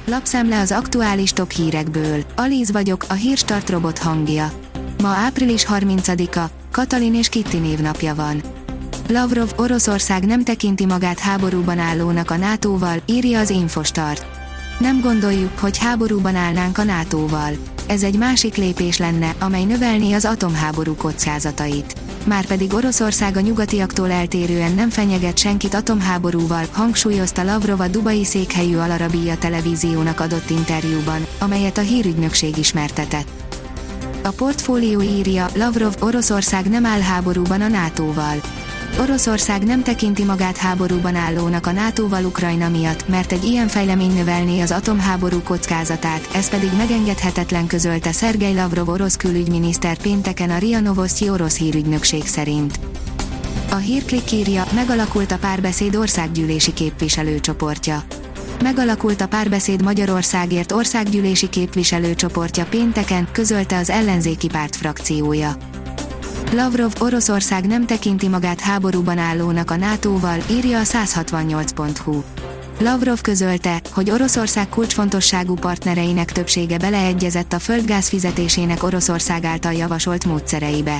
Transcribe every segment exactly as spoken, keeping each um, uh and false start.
Lapszemle az aktuális top hírekből. Alíz vagyok, a Hírstart robot hangja. Ma április harmincadika, Katalin és Kitti névnapja van. Lavrov, Oroszország nem tekinti magát háborúban állónak a nátóval, írja az Infostart. Nem gondoljuk, hogy háborúban állnánk a nátóval. Ez egy másik lépés lenne, amely növelné az atomháború kockázatait. Márpedig Oroszország a nyugatiaktól eltérően nem fenyeget senkit atomháborúval, hangsúlyozta Lavrov a dubai székhelyű Al Arabiya televíziónak adott interjúban, amelyet a hírügynökség ismertetett. A Portfólió írja, Lavrov, Oroszország nem áll háborúban a nátóval. Oroszország nem tekinti magát háborúban állónak a nátóval Ukrajna miatt, mert egy ilyen fejlemény növelné az atomháború kockázatát, ez pedig megengedhetetlen, közölte Szergej Lavrov orosz külügyminiszter pénteken a RIA Novosti orosz hírügynökség szerint. A Hírklik írja, megalakult a Párbeszéd országgyűlési képviselőcsoportja. Megalakult a Párbeszéd Magyarországért országgyűlési képviselőcsoportja pénteken, közölte az ellenzéki párt frakciója. Lavrov, Oroszország nem tekinti magát háborúban állónak a nátóval, írja a száz hatvannyolc pont hu. Lavrov közölte, hogy Oroszország kulcsfontosságú partnereinek többsége beleegyezett a földgáz fizetésének Oroszország által javasolt módszereibe.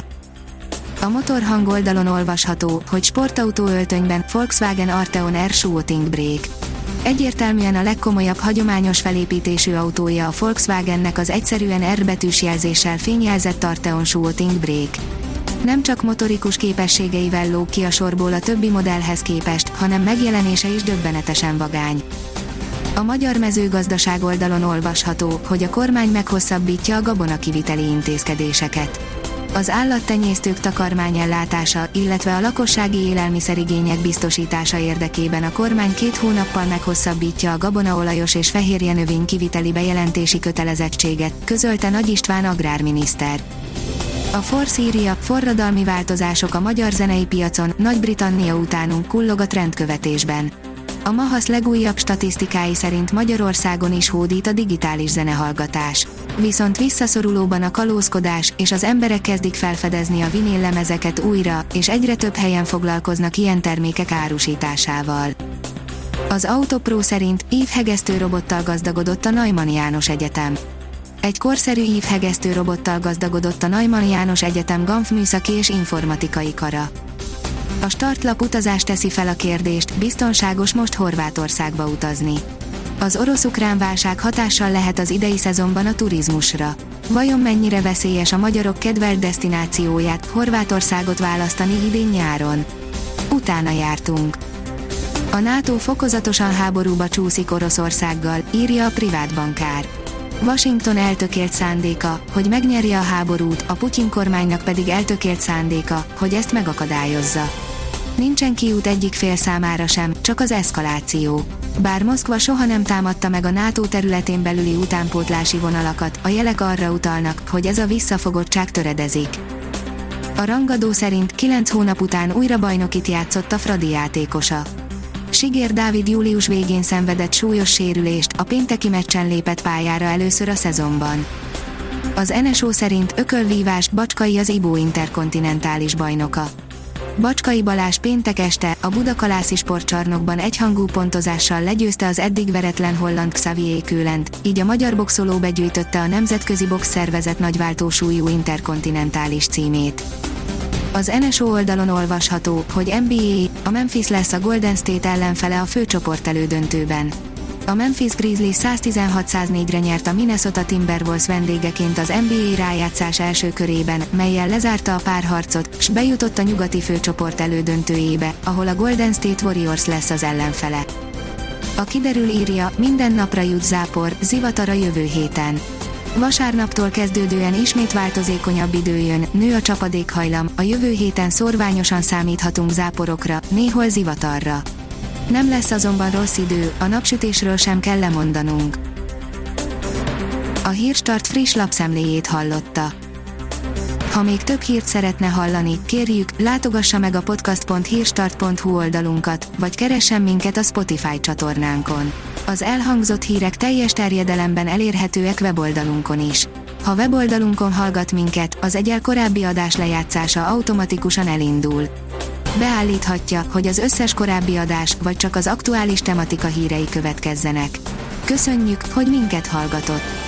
A Motorhang oldalon olvasható, hogy sportautó öltönyben Volkswagen Arteon R Shooting Brake. Egyértelműen a legkomolyabb hagyományos felépítésű autója a Volkswagennek az egyszerűen R betűs jelzéssel fényjelzett Arteon Shooting Brake. Nem csak motorikus képességeivel lóg ki a sorból a többi modellhez képest, hanem megjelenése is döbbenetesen vagány. A Magyar Mezőgazdaság oldalon olvasható, hogy a kormány meghosszabbítja a gabonakiviteli intézkedéseket. Az állattenyésztők takarmányellátása, illetve a lakossági élelmiszerigények biztosítása érdekében a kormány két hónappal meghosszabbítja a gabonaolajos és fehérje növény kiviteli bejelentési kötelezettséget, közölte Nagy István agrárminiszter. A Force írja, forradalmi változások a magyar zenei piacon, Nagy-Britannia utánunk kullog a trendkövetésben. A Mahasz legújabb statisztikái szerint Magyarországon is hódít a digitális zenehallgatás. Viszont visszaszorulóban a kalózkodás, és az emberek kezdik felfedezni a vinillemezeket újra, és egyre több helyen foglalkoznak ilyen termékek árusításával. Az Autopro szerint ívhegesztő robottal gazdagodott a Neumann János Egyetem. Egy korszerű ívhegesztő robottal gazdagodott a Neumann János Egyetem Genf műszaki és informatikai kara. A startlap utazás teszi fel a kérdést, biztonságos most Horvátországba utazni. Az orosz-ukrán válság hatással lehet az idei szezonban a turizmusra. Vajon mennyire veszélyes a magyarok kedvelt desztinációját, Horvátországot választani idén nyáron? Utána jártunk. A NATO fokozatosan háborúba csúszik Oroszországgal, írja a privát bankár. Washington eltökélt szándéka, hogy megnyerje a háborút, a Putyin kormánynak pedig eltökélt szándéka, hogy ezt megakadályozza. Nincsen kiút egyik fél számára sem, csak az eszkaláció. Bár Moszkva soha nem támadta meg a NATO területén belüli utánpótlási vonalakat, a jelek arra utalnak, hogy ez a visszafogottság töredezik. A rangadó szerint kilenc hónap után újra bajnokit játszott a Fradi játékosa. Sigér Dávid július végén szenvedett súlyos sérülést, a pénteki meccsen lépett pályára először a szezonban. Az en es o szerint ökölvívás, Bacskai az i bé o interkontinentális bajnoka. Bacskai Balázs péntek este a Budakalászi sportcsarnokban egyhangú pontozással legyőzte az eddig veretlen holland Xavier Kőlent, így a magyar boxoló begyűjtötte a Nemzetközi Boxszervezet nagyváltósúlyú interkontinentális címét. Az en es o oldalon olvasható, hogy en bé á, a Memphis lesz a Golden State ellenfele a főcsoport elődöntőben. A Memphis Grizzlies száz tizenhat száznégyre nyert a Minnesota Timberwolves vendégeként az en bé á rájátszás első körében, mellyel lezárta a párharcot, s bejutott a nyugati főcsoport elődöntőjébe, ahol a Golden State Warriors lesz az ellenfele. A Kiderül írja, minden napra jut zápor, zivatar a jövő héten. Vasárnaptól kezdődően ismét változékonyabb idő jön, nő a csapadékhajlam, a jövő héten szórványosan számíthatunk záporokra, néhol zivatarra. Nem lesz azonban rossz idő, a napsütésről sem kell lemondanunk. A Hírstart friss lapszemléjét hallotta. Ha még több hírt szeretne hallani, kérjük, látogassa meg a podcast pont hírstart pont hu oldalunkat, vagy keressen minket a Spotify csatornánkon. Az elhangzott hírek teljes terjedelemben elérhetőek weboldalunkon is. Ha weboldalunkon hallgat minket, az egyel korábbi adás lejátszása automatikusan elindul. Beállíthatja, hogy az összes korábbi adás, vagy csak az aktuális tematika hírei következzenek. Köszönjük, hogy minket hallgatott!